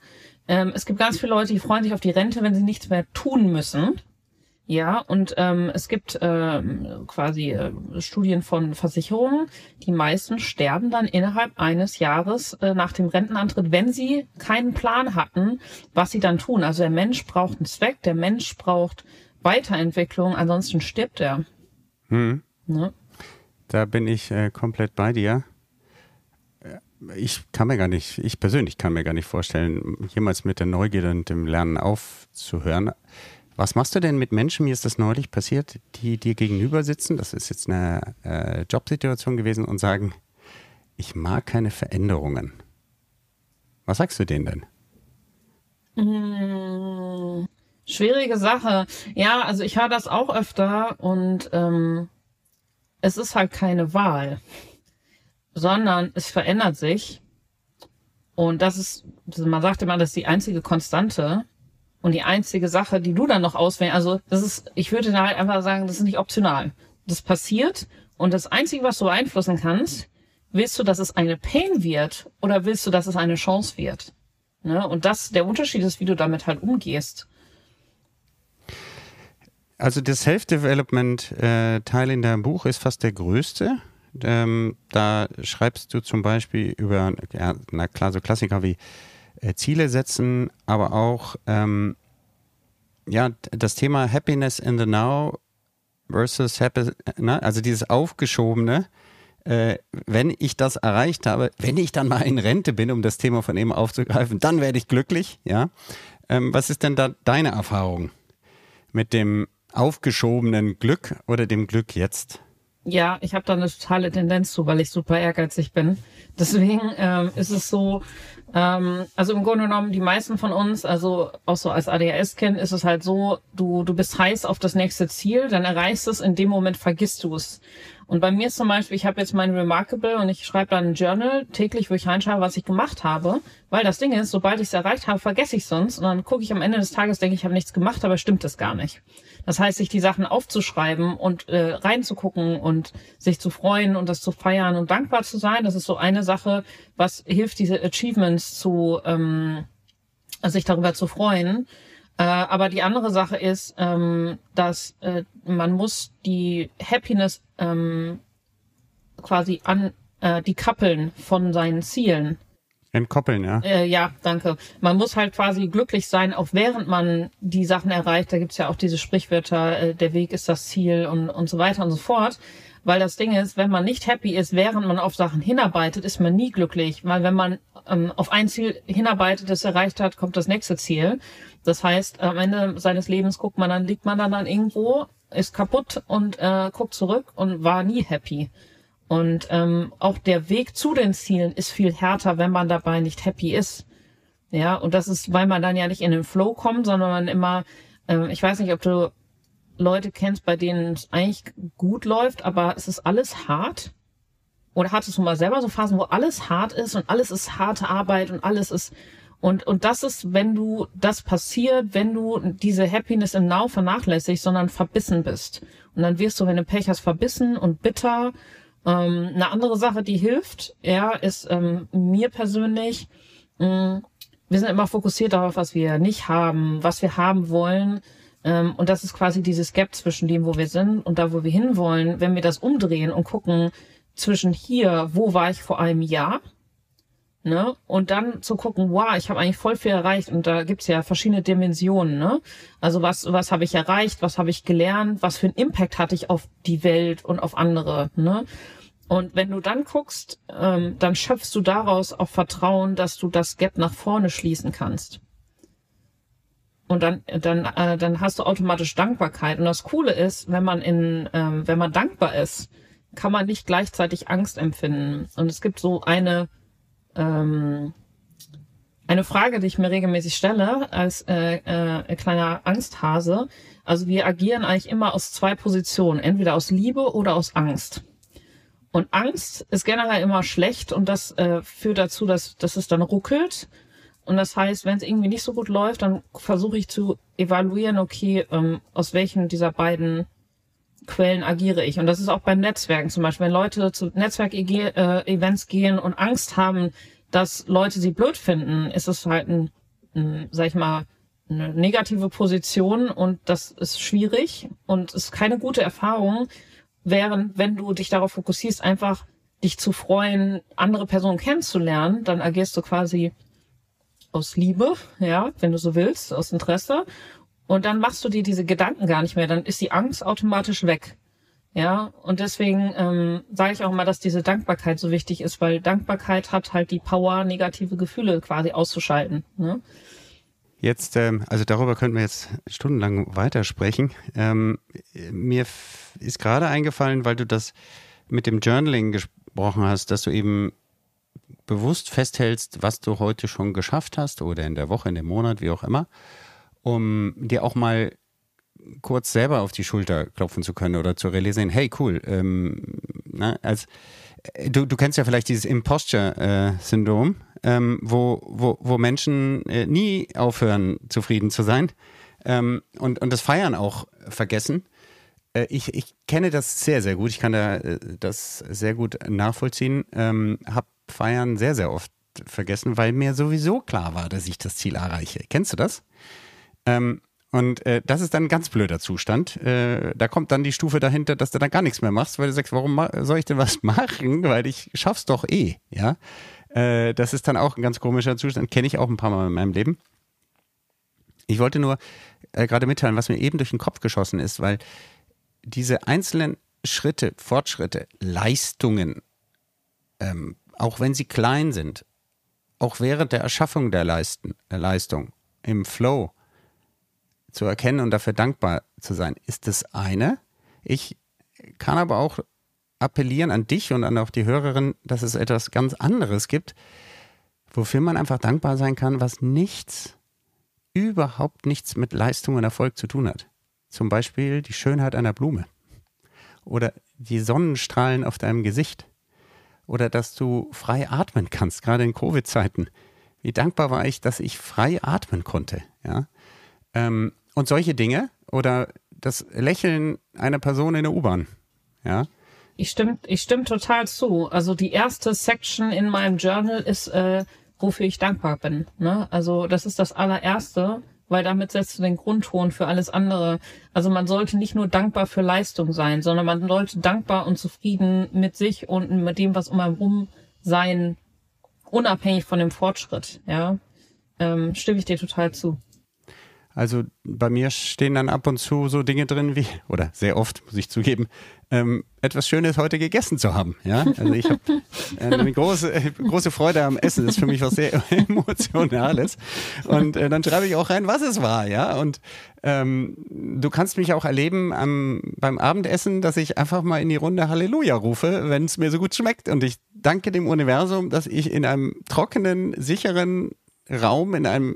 Es gibt ganz viele Leute, die freuen sich auf die Rente, wenn sie nichts mehr tun müssen. Ja, und es gibt quasi Studien von Versicherungen. Die meisten sterben dann innerhalb eines Jahres nach dem Rentenantritt, wenn sie keinen Plan hatten, was sie dann tun. Also der Mensch braucht einen Zweck, der Mensch braucht Weiterentwicklung, ansonsten stirbt er. Ne? Da bin ich komplett bei dir. Ich persönlich kann mir gar nicht vorstellen, jemals mit der Neugierde und dem Lernen aufzuhören. Was machst du denn mit Menschen, mir ist das neulich passiert, die dir gegenüber sitzen, das ist jetzt eine Jobsituation gewesen, und sagen, ich mag keine Veränderungen. Was sagst du denen denn? Schwierige Sache. Ja, also ich höre das auch öfter und es ist halt keine Wahl, sondern es verändert sich. Und das ist, man sagt immer, das ist die einzige Konstante. Und die einzige Sache, die du dann noch auswählen, also das ist, ich würde da halt einfach sagen, das ist nicht optional. Das passiert und das Einzige, was du beeinflussen kannst, willst du, dass es eine Pain wird oder willst du, dass es eine Chance wird? Ne? Und der Unterschied ist, wie du damit halt umgehst. Also das Self-Development-Teil in deinem Buch ist fast der größte. Da schreibst du zum Beispiel über, ja, na klar, so Klassiker wie Ziele setzen, aber auch das Thema Happiness in the Now versus also dieses Aufgeschobene, wenn ich das erreicht habe, wenn ich dann mal in Rente bin, um das Thema von eben aufzugreifen, dann werde ich glücklich, ja. Was ist denn da deine Erfahrung mit dem aufgeschobenen Glück oder dem Glück jetzt? Ja, ich habe da eine totale Tendenz zu, weil ich super ehrgeizig bin. Deswegen ist es so, also im Grunde genommen, die meisten von uns, also auch so als ADHS-Kind, ist es halt so, du bist heiß auf das nächste Ziel, dann erreichst du es, in dem Moment vergisst du es. Und bei mir ist zum Beispiel, ich habe jetzt mein Remarkable und ich schreibe dann ein Journal täglich, wo ich reinschreibe, was ich gemacht habe, weil das Ding ist, sobald ich es erreicht habe, vergesse ich sonst und dann gucke ich am Ende des Tages, denke ich habe nichts gemacht, aber stimmt das gar nicht. Das heißt, sich die Sachen aufzuschreiben und reinzugucken und sich zu freuen und das zu feiern und dankbar zu sein, das ist so eine Sache, was hilft, diese Achievements sich darüber zu freuen. Aber die andere Sache ist, dass man muss die Happiness quasi die kappeln von seinen Zielen. Entkoppeln, ja. Ja, danke. Man muss halt quasi glücklich sein, auch während man die Sachen erreicht. Da gibt's ja auch diese Sprichwörter, der Weg ist das Ziel und so weiter und so fort. Weil das Ding ist, wenn man nicht happy ist, während man auf Sachen hinarbeitet, ist man nie glücklich. Weil wenn man auf ein Ziel hinarbeitet, das erreicht hat, kommt das nächste Ziel. Das heißt, am Ende seines Lebens liegt man dann irgendwo, ist kaputt und guckt zurück und war nie happy. Und auch der Weg zu den Zielen ist viel härter, wenn man dabei nicht happy ist. Ja, und das ist, weil man dann ja nicht in den Flow kommt, sondern man immer, ich weiß nicht, ob du Leute kennst, bei denen es eigentlich gut läuft, aber es ist alles hart. Oder hattest du mal selber so Phasen, wo alles hart ist und alles ist harte Arbeit und alles ist, und das ist, wenn du, das passiert, wenn du diese Happiness im Now vernachlässigst, sondern verbissen bist. Und dann wirst du, wenn du Pech hast, verbissen und bitter. Eine andere Sache, die hilft, ja, ist mir persönlich, wir sind immer fokussiert darauf, was wir nicht haben, was wir haben wollen. Und das ist quasi dieses Gap zwischen dem, wo wir sind und da, wo wir hinwollen. Wenn wir das umdrehen und gucken zwischen hier, wo war ich vor einem Jahr, ne, und dann zu gucken, wow, ich habe eigentlich voll viel erreicht, und da gibt's ja verschiedene Dimensionen, ne? Also was habe ich erreicht, was habe ich gelernt, was für einen Impact hatte ich auf die Welt und auf andere, ne? Und wenn du dann guckst, dann schöpfst du daraus auch Vertrauen, dass du das Gap nach vorne schließen kannst. Und dann hast du automatisch Dankbarkeit. Und das Coole ist, wenn man dankbar ist, kann man nicht gleichzeitig Angst empfinden. Und es gibt so eine Frage, die ich mir regelmäßig stelle als kleiner Angsthase. Also wir agieren eigentlich immer aus zwei Positionen, entweder aus Liebe oder aus Angst. Und Angst ist generell immer schlecht und das führt dazu, dass es dann ruckelt. Und das heißt, wenn es irgendwie nicht so gut läuft, dann versuche ich zu evaluieren, okay, aus welchen dieser beiden Quellen agiere ich. Und das ist auch beim Netzwerken zum Beispiel. Wenn Leute zu Netzwerk-Events gehen und Angst haben, dass Leute sie blöd finden, ist es halt ein sag ich mal, eine negative Position und das ist schwierig und ist keine gute Erfahrung, während wenn du dich darauf fokussierst, einfach dich zu freuen, andere Personen kennenzulernen, dann agierst du quasi aus Liebe, ja, wenn du so willst, aus Interesse und dann machst du dir diese Gedanken gar nicht mehr, dann ist die Angst automatisch weg. Ja, und deswegen sage ich auch mal, dass diese Dankbarkeit so wichtig ist, weil Dankbarkeit hat halt die Power, negative Gefühle quasi auszuschalten, ne? Jetzt, also darüber könnten wir jetzt stundenlang weitersprechen. Mir ist gerade eingefallen, weil du das mit dem Journaling gesprochen hast, dass du eben bewusst festhältst, was du heute schon geschafft hast oder in der Woche, in dem Monat, wie auch immer, um dir auch mal kurz selber auf die Schulter klopfen zu können oder zu realisieren, hey, cool, du kennst ja vielleicht dieses Imposture-Syndrom, wo Menschen nie aufhören, zufrieden zu sein und das Feiern auch vergessen. Ich kenne das sehr, sehr gut. Ich kann das sehr gut nachvollziehen. Hab Feiern sehr, sehr oft vergessen, weil mir sowieso klar war, dass ich das Ziel erreiche. Kennst du das? Und das ist dann ein ganz blöder Zustand. Da kommt dann die Stufe dahinter, dass du dann gar nichts mehr machst, weil du sagst, warum soll ich denn was machen? Weil ich schaff's doch eh, ja. Das ist dann auch ein ganz komischer Zustand, kenne ich auch ein paar Mal in meinem Leben. Ich wollte nur gerade mitteilen, was mir eben durch den Kopf geschossen ist, weil diese einzelnen Schritte, Fortschritte, Leistungen, auch wenn sie klein sind, auch während der Erschaffung der Leistung, im Flow zu erkennen und dafür dankbar zu sein, ist das eine. Ich kann aber auch appellieren an dich und an auch die Hörerin, dass es etwas ganz anderes gibt, wofür man einfach dankbar sein kann, was überhaupt nichts mit Leistung und Erfolg zu tun hat. Zum Beispiel die Schönheit einer Blume oder die Sonnenstrahlen auf deinem Gesicht oder dass du frei atmen kannst, gerade in Covid-Zeiten. Wie dankbar war ich, dass ich frei atmen konnte, ja. Und solche Dinge oder das Lächeln einer Person in der U-Bahn, ja. Ich stimme total zu. Also die erste Section in meinem Journal ist, wofür ich dankbar bin, ne? Also das ist das allererste, weil damit setzt du den Grundton für alles andere. Also man sollte nicht nur dankbar für Leistung sein, sondern man sollte dankbar und zufrieden mit sich und mit dem, was um einen rum sein, unabhängig von dem Fortschritt, ja. Stimme ich dir total zu. Also bei mir stehen dann ab und zu so Dinge drin wie, oder sehr oft, muss ich zugeben, etwas Schönes heute gegessen zu haben. Ja, also ich habe eine große Freude am Essen. Das ist für mich was sehr Emotionales. Und dann schreibe ich auch rein, was es war. Ja, und du kannst mich auch erleben beim Abendessen, dass ich einfach mal in die Runde Halleluja rufe, wenn es mir so gut schmeckt. Und ich danke dem Universum, dass ich in einem trockenen, sicheren Raum, in einem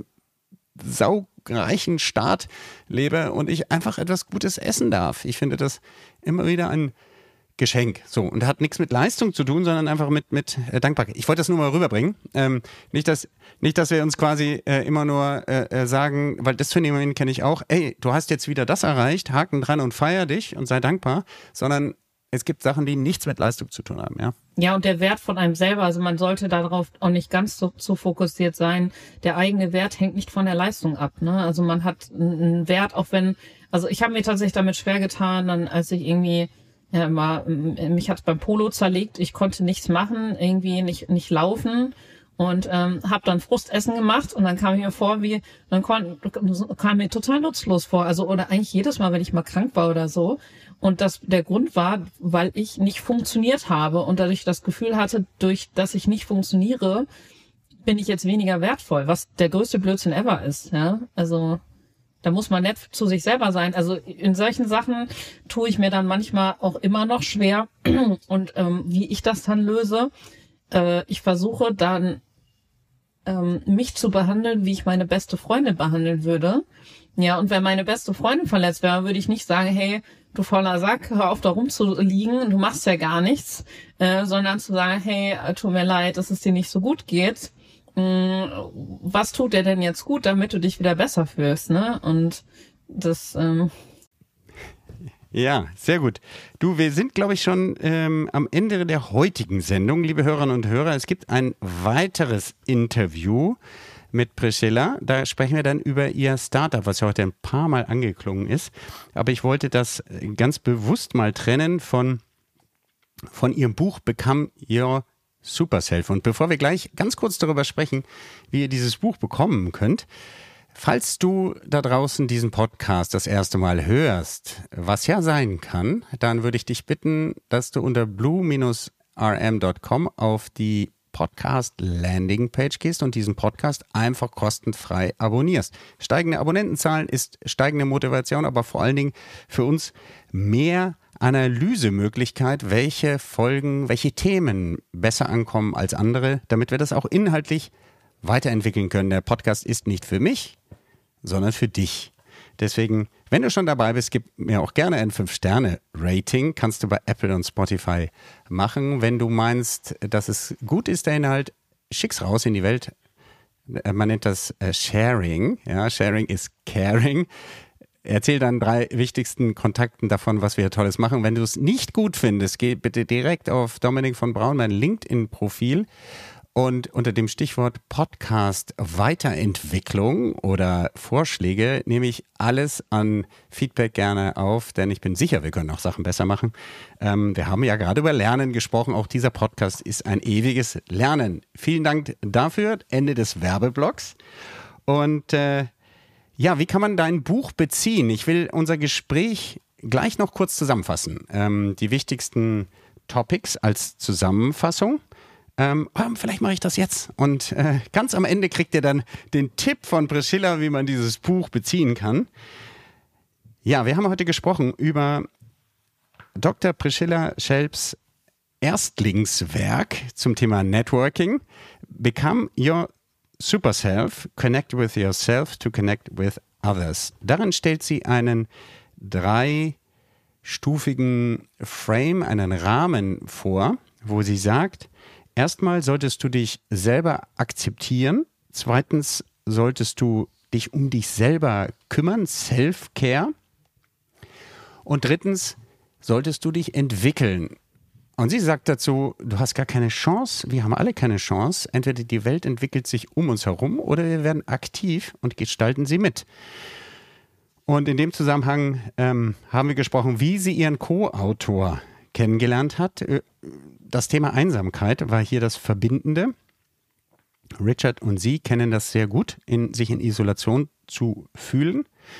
saureichen Staat lebe und ich einfach etwas Gutes essen darf. Ich finde das immer wieder ein Geschenk. So, und hat nichts mit Leistung zu tun, sondern einfach mit Dankbarkeit. Ich wollte das nur mal rüberbringen. Nicht, dass wir uns quasi immer nur sagen, weil das Phänomen kenne ich auch, ey, du hast jetzt wieder das erreicht, Haken dran und feier dich und sei dankbar, sondern es gibt Sachen, die nichts mit Leistung zu tun haben, ja. Ja, und der Wert von einem selber, also man sollte darauf auch nicht ganz so fokussiert sein. Der eigene Wert hängt nicht von der Leistung ab, ne? Also man hat einen Wert, auch wenn, also ich habe mir tatsächlich damit schwer getan, dann als ich irgendwie, ja, mich hat beim Polo zerlegt, ich konnte nichts machen, irgendwie nicht laufen und habe dann Frustessen gemacht und dann kam ich mir vor, kam mir total nutzlos vor, also oder eigentlich jedes Mal, wenn ich mal krank war oder so. Und der Grund war, weil ich nicht funktioniert habe und dadurch das Gefühl hatte, durch dass ich nicht funktioniere, bin ich jetzt weniger wertvoll, was der größte Blödsinn ever ist, ja. Also da muss man nett zu sich selber sein. Also in solchen Sachen tue ich mir dann manchmal auch immer noch schwer und wie ich das dann löse, ich versuche dann mich zu behandeln, wie ich meine beste Freundin behandeln würde. Ja, und wenn meine beste Freundin verletzt wäre, würde ich nicht sagen, hey, du fauler Sack, hör auf da rumzuliegen, du machst ja gar nichts, sondern zu sagen, hey, tut mir leid, dass es dir nicht so gut geht. Was tut dir denn jetzt gut, damit du dich wieder besser fühlst, ne? Und das... Ja, sehr gut. Du, wir sind, glaube ich, schon am Ende der heutigen Sendung, liebe Hörerinnen und Hörer. Es gibt ein weiteres Interview mit Priscilla. Da sprechen wir dann über ihr Startup, was ja heute ein paar Mal angeklungen ist. Aber ich wollte das ganz bewusst mal trennen von ihrem Buch Become Your Super Self. Und bevor wir gleich ganz kurz darüber sprechen, wie ihr dieses Buch bekommen könnt, falls du da draußen diesen Podcast das erste Mal hörst, was ja sein kann, dann würde ich dich bitten, dass du unter blue-rm.com auf die Podcast-Landing-Page gehst und diesen Podcast einfach kostenfrei abonnierst. Steigende Abonnentenzahlen ist steigende Motivation, aber vor allen Dingen für uns mehr Analysemöglichkeit, welche Folgen, welche Themen besser ankommen als andere, damit wir das auch inhaltlich weiterentwickeln können. Der Podcast ist nicht für mich, sondern für dich. Deswegen, wenn du schon dabei bist, gib mir auch gerne ein 5-Sterne-Rating. Kannst du bei Apple und Spotify machen. Wenn du meinst, dass es gut ist, der Inhalt, schick's raus in die Welt. Man nennt das Sharing. Ja, Sharing ist Caring. Erzähl dann 3 wichtigsten Kontakten davon, was wir Tolles machen. Wenn du es nicht gut findest, geh bitte direkt auf Dominik von Braun, mein LinkedIn-Profil. Und unter dem Stichwort Podcast Weiterentwicklung oder Vorschläge nehme ich alles an Feedback gerne auf, denn ich bin sicher, wir können auch Sachen besser machen. Wir haben ja gerade über Lernen gesprochen. Auch dieser Podcast ist ein ewiges Lernen. Vielen Dank dafür. Ende des Werbeblocks. Und ja, wie kann man dein Buch beziehen? Ich will unser Gespräch gleich noch kurz zusammenfassen. Die wichtigsten Topics als Zusammenfassung. Vielleicht mache ich das jetzt. Und ganz am Ende kriegt ihr dann den Tipp von Priscilla, wie man dieses Buch beziehen kann. Ja, wir haben heute gesprochen über Dr. Priscilla Shelps Erstlingswerk zum Thema Networking. Become Your Super Self, Connect with Yourself to Connect with Others. Darin stellt sie einen 3-stufigen Frame, einen Rahmen vor, wo sie sagt, erstmal solltest du dich selber akzeptieren. Zweitens solltest du dich um dich selber kümmern, Self-Care. Und drittens solltest du dich entwickeln. Und sie sagt dazu, du hast gar keine Chance, wir haben alle keine Chance. Entweder die Welt entwickelt sich um uns herum oder wir werden aktiv und gestalten sie mit. Und in dem Zusammenhang haben wir gesprochen, wie sie ihren Co-Autor kennengelernt hat. Das Thema Einsamkeit war hier das Verbindende. Richard und sie kennen das sehr gut, sich in Isolation zu fühlen.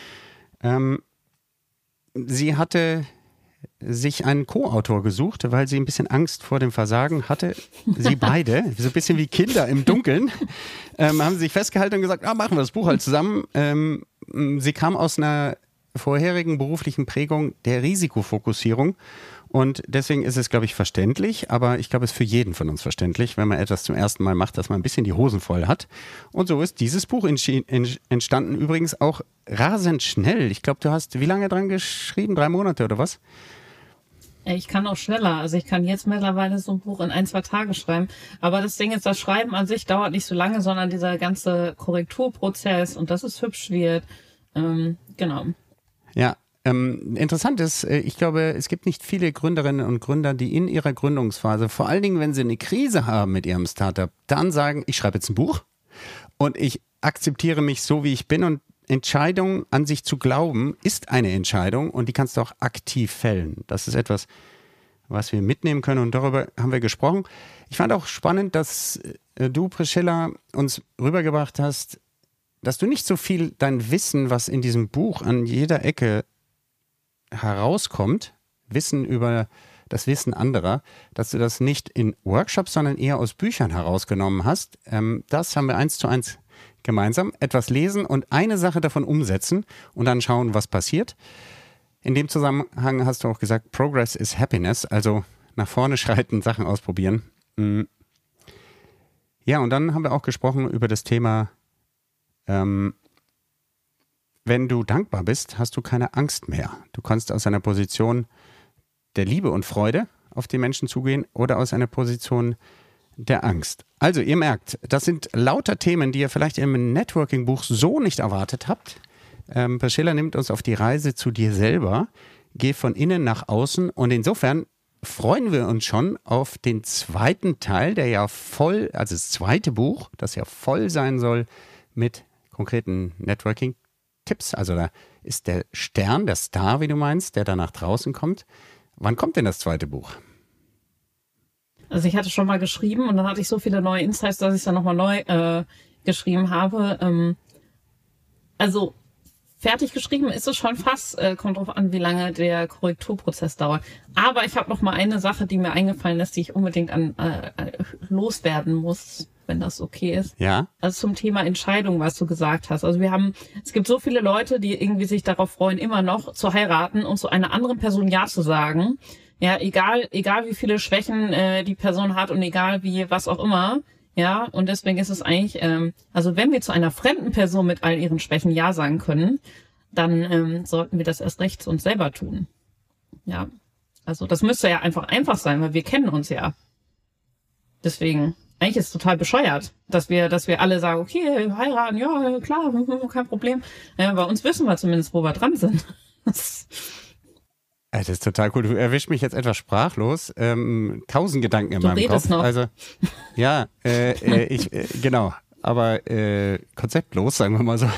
Sie hatte sich einen Co-Autor gesucht, weil sie ein bisschen Angst vor dem Versagen hatte. Sie beide, so ein bisschen wie Kinder im Dunkeln, haben sich festgehalten und gesagt, machen wir das Buch halt zusammen. Sie kam aus einer vorherigen beruflichen Prägung der Risikofokussierung und deswegen ist es, glaube ich, verständlich, aber ich glaube, es ist für jeden von uns verständlich, wenn man etwas zum ersten Mal macht, dass man ein bisschen die Hosen voll hat. Und so ist dieses Buch entstanden, übrigens auch rasend schnell. Ich glaube, du hast wie lange dran geschrieben? 3 Monate oder was? Ich kann auch schneller. Also ich kann jetzt mittlerweile so ein Buch in 1-2 Tage schreiben. Aber das Ding ist, das Schreiben an sich dauert nicht so lange, sondern dieser ganze Korrekturprozess und dass es hübsch wird. Genau. Ja, interessant ist, ich glaube, es gibt nicht viele Gründerinnen und Gründer, die in ihrer Gründungsphase, vor allen Dingen, wenn sie eine Krise haben mit ihrem Startup, dann sagen, ich schreibe jetzt ein Buch und ich akzeptiere mich so, wie ich bin und Entscheidung an sich zu glauben, ist eine Entscheidung und die kannst du auch aktiv fällen. Das ist etwas, was wir mitnehmen können und darüber haben wir gesprochen. Ich fand auch spannend, dass du, Priscilla, uns rübergebracht hast, dass du nicht so viel dein Wissen, was in diesem Buch an jeder Ecke herauskommt, Wissen über das Wissen anderer, dass du das nicht in Workshops, sondern eher aus Büchern herausgenommen hast. Das haben wir 1:1 gemeinsam. Etwas lesen und eine Sache davon umsetzen und dann schauen, was passiert. In dem Zusammenhang hast du auch gesagt, Progress is Happiness, also nach vorne schreiten, Sachen ausprobieren. Ja, und dann haben wir auch gesprochen über das Thema, wenn du dankbar bist, hast du keine Angst mehr. Du kannst aus einer Position der Liebe und Freude auf die Menschen zugehen oder aus einer Position der Angst. Also ihr merkt, das sind lauter Themen, die ihr vielleicht im Networking-Buch so nicht erwartet habt. Priscilla nimmt uns auf die Reise zu dir selber, geh von innen nach außen und insofern freuen wir uns schon auf den zweiten Teil, der ja voll, also das zweite Buch, das ja voll sein soll mit konkreten Networking-Tipps. Also da ist der Stern, der Star, wie du meinst, der da nach draußen kommt. Wann kommt denn das zweite Buch? Also ich hatte schon mal geschrieben und dann hatte ich so viele neue Insights, dass ich es dann nochmal neu geschrieben habe. Also fertig geschrieben ist es schon fast, kommt drauf an, wie lange der Korrekturprozess dauert. Aber ich habe noch mal eine Sache, die mir eingefallen ist, die ich unbedingt loswerden muss, wenn das okay ist. Ja. Also zum Thema Entscheidung, was du gesagt hast. Also es gibt so viele Leute, die irgendwie sich darauf freuen, immer noch zu heiraten und zu einer anderen Person Ja zu sagen. Ja, egal wie viele Schwächen die Person hat und egal wie was auch immer. Ja, und deswegen ist es eigentlich, also wenn wir zu einer fremden Person mit all ihren Schwächen Ja sagen können, dann sollten wir das erst recht zu uns selber tun. Ja, also das müsste ja einfach sein, weil wir kennen uns ja. Deswegen, eigentlich ist es total bescheuert, dass wir alle sagen, okay, heiraten, ja, klar, kein Problem. Bei uns wissen wir zumindest, wo wir dran sind. Das ist total cool. Du erwischst mich jetzt etwas sprachlos. 1000 Gedanken in meinem Kopf. Noch. Also, ja, genau. Aber konzeptlos, sagen wir mal so.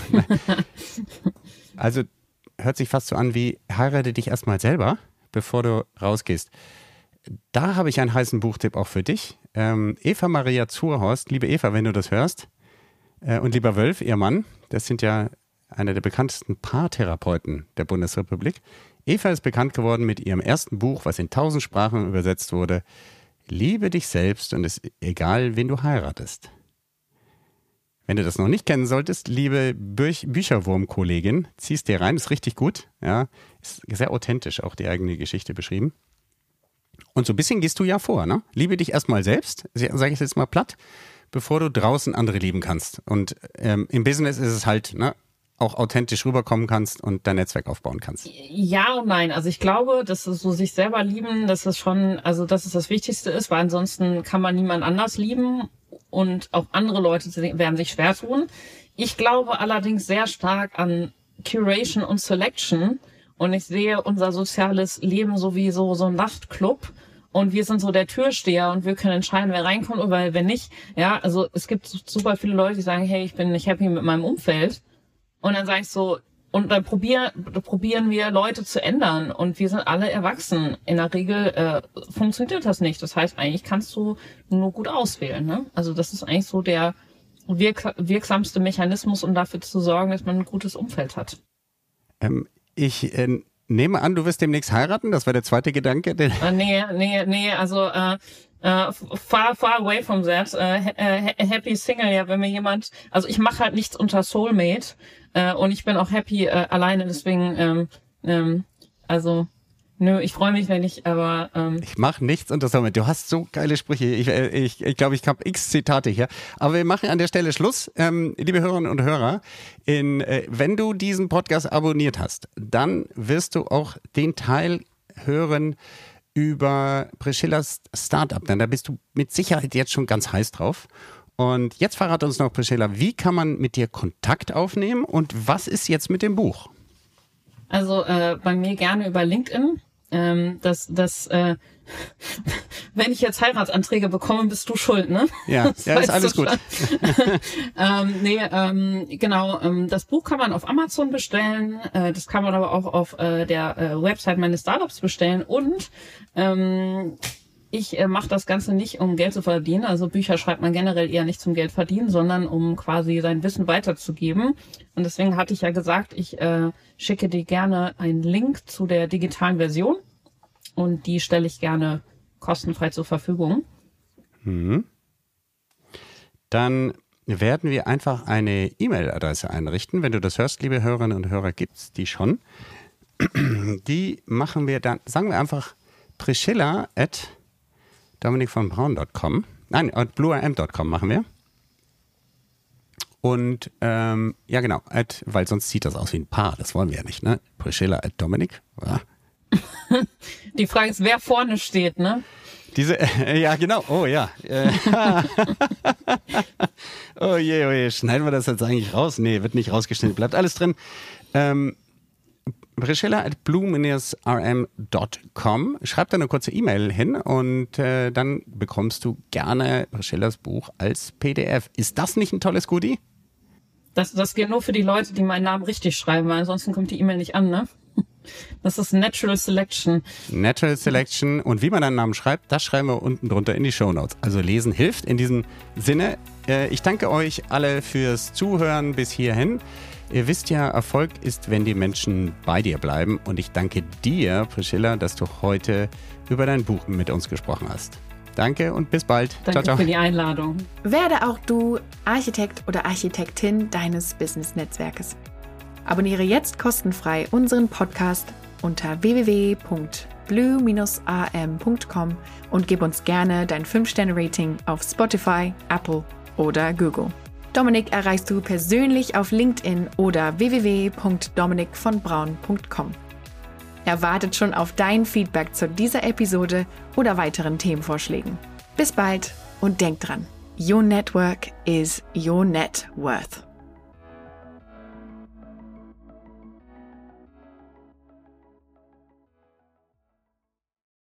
Also, hört sich fast so an wie, heirate dich erstmal selber, bevor du rausgehst. Da habe ich einen heißen Buchtipp auch für dich. Eva Maria Zurhorst, liebe Eva, wenn du das hörst, und lieber Wölf, ihr Mann, das sind ja einer der bekanntesten Paartherapeuten der Bundesrepublik. Eva ist bekannt geworden mit ihrem ersten Buch, was in 1000 Sprachen übersetzt wurde. Liebe dich selbst und es ist egal, wen du heiratest. Wenn du das noch nicht kennen solltest, liebe Bücherwurm-Kollegin, ziehst dir rein, ist richtig gut. Ja, ist sehr authentisch, auch die eigene Geschichte beschrieben. Und so ein bisschen gehst du ja vor, ne? Liebe dich erstmal selbst, sage ich jetzt mal platt, bevor du draußen andere lieben kannst. Und im Business ist es halt, ne? Auch authentisch rüberkommen kannst und dein Netzwerk aufbauen kannst. Ja und nein. Also ich glaube, dass es so sich selber lieben, dass es schon, also dass es das Wichtigste ist, weil ansonsten kann man niemand anders lieben und auch andere Leute werden sich schwer tun. Ich glaube allerdings sehr stark an Curation und Selection und ich sehe unser soziales Leben sowieso so ein Nachtclub. Und wir sind so der Türsteher und wir können entscheiden, wer reinkommt oder wer nicht. Ja, also es gibt super viele Leute, die sagen, hey, ich bin nicht happy mit meinem Umfeld. Und dann sage ich so, und dann probieren wir Leute zu ändern und wir sind alle erwachsen. In der Regel funktioniert das nicht. Das heißt, eigentlich kannst du nur gut auswählen. Ne? Also das ist eigentlich so der wirksamste Mechanismus, um dafür zu sorgen, dass man ein gutes Umfeld hat. Ich nehme an, du wirst demnächst heiraten. Das war der zweite Gedanke. Nee, also far away from that. Happy Single, ja, wenn mir jemand, also ich mache halt nichts unter Soulmate und ich bin auch happy alleine, deswegen, also nö, ich freue mich, wenn ich, aber ich mache nichts unter Soulmate. Du hast so geile Sprüche. Ich glaube, ich habe x Zitate hier. Aber wir machen an der Stelle Schluss. Liebe Hörerinnen und Hörer, wenn du diesen Podcast abonniert hast, dann wirst du auch den Teil hören über Priscillas Startup. Denn da bist du mit Sicherheit jetzt schon ganz heiß drauf. Und jetzt verrate uns noch, Priscilla, wie kann man mit dir Kontakt aufnehmen und was ist jetzt mit dem Buch? Also bei mir gerne über LinkedIn. Wenn ich jetzt Heiratsanträge bekomme, bist du schuld, ne? Ja, ist alles gut. Genau. Das Buch kann man auf Amazon bestellen. Das kann man aber auch auf der Website meines Startups bestellen. Und ich mache das Ganze nicht, um Geld zu verdienen. Also Bücher schreibt man generell eher nicht zum Geld verdienen, sondern um quasi sein Wissen weiterzugeben. Und deswegen hatte ich ja gesagt, ich schicke dir gerne einen Link zu der digitalen Version. Und die stelle ich gerne kostenfrei zur Verfügung. Dann werden wir einfach eine E-Mail-Adresse einrichten. Wenn du das hörst, liebe Hörerinnen und Hörer, gibt's die schon. Die machen wir dann, sagen wir einfach priscilla@dominikvonbraun.com. Nein, @blueam.com machen wir. Und ja genau, weil sonst sieht das aus wie ein Paar. Das wollen wir ja nicht, ne? Priscilla@dominik. Ja. Die Frage ist, wer vorne steht, ne? Ja, genau. Oh ja. Oh je. Schneiden wir das jetzt eigentlich raus? Nee, wird nicht rausgeschnitten. Bleibt alles drin. Priscilla@blue-rm.com. Schreib da eine kurze E-Mail hin und dann bekommst du gerne Priscillas Buch als PDF. Ist das nicht ein tolles Goodie? Das gilt nur für die Leute, die meinen Namen richtig schreiben, weil ansonsten kommt die E-Mail nicht an, ne? Das ist Natural Selection. Natural Selection. Und wie man deinen Namen schreibt, das schreiben wir unten drunter in die Shownotes. Also lesen hilft in diesem Sinne. Ich danke euch alle fürs Zuhören bis hierhin. Ihr wisst ja, Erfolg ist, wenn die Menschen bei dir bleiben. Und ich danke dir, Priscilla, dass du heute über dein Buch mit uns gesprochen hast. Danke und bis bald. Danke ciao, ciao. für die Einladung. Werde auch du Architekt oder Architektin deines Business-Netzwerkes. Abonniere jetzt kostenfrei unseren Podcast unter www.blue-am.com und gib uns gerne dein 5-Sterne-Rating auf Spotify, Apple oder Google. Dominik erreichst du persönlich auf LinkedIn oder www.dominikvonbraun.com. Er wartet schon auf dein Feedback zu dieser Episode oder weiteren Themenvorschlägen. Bis bald und denk dran, your network is your net worth.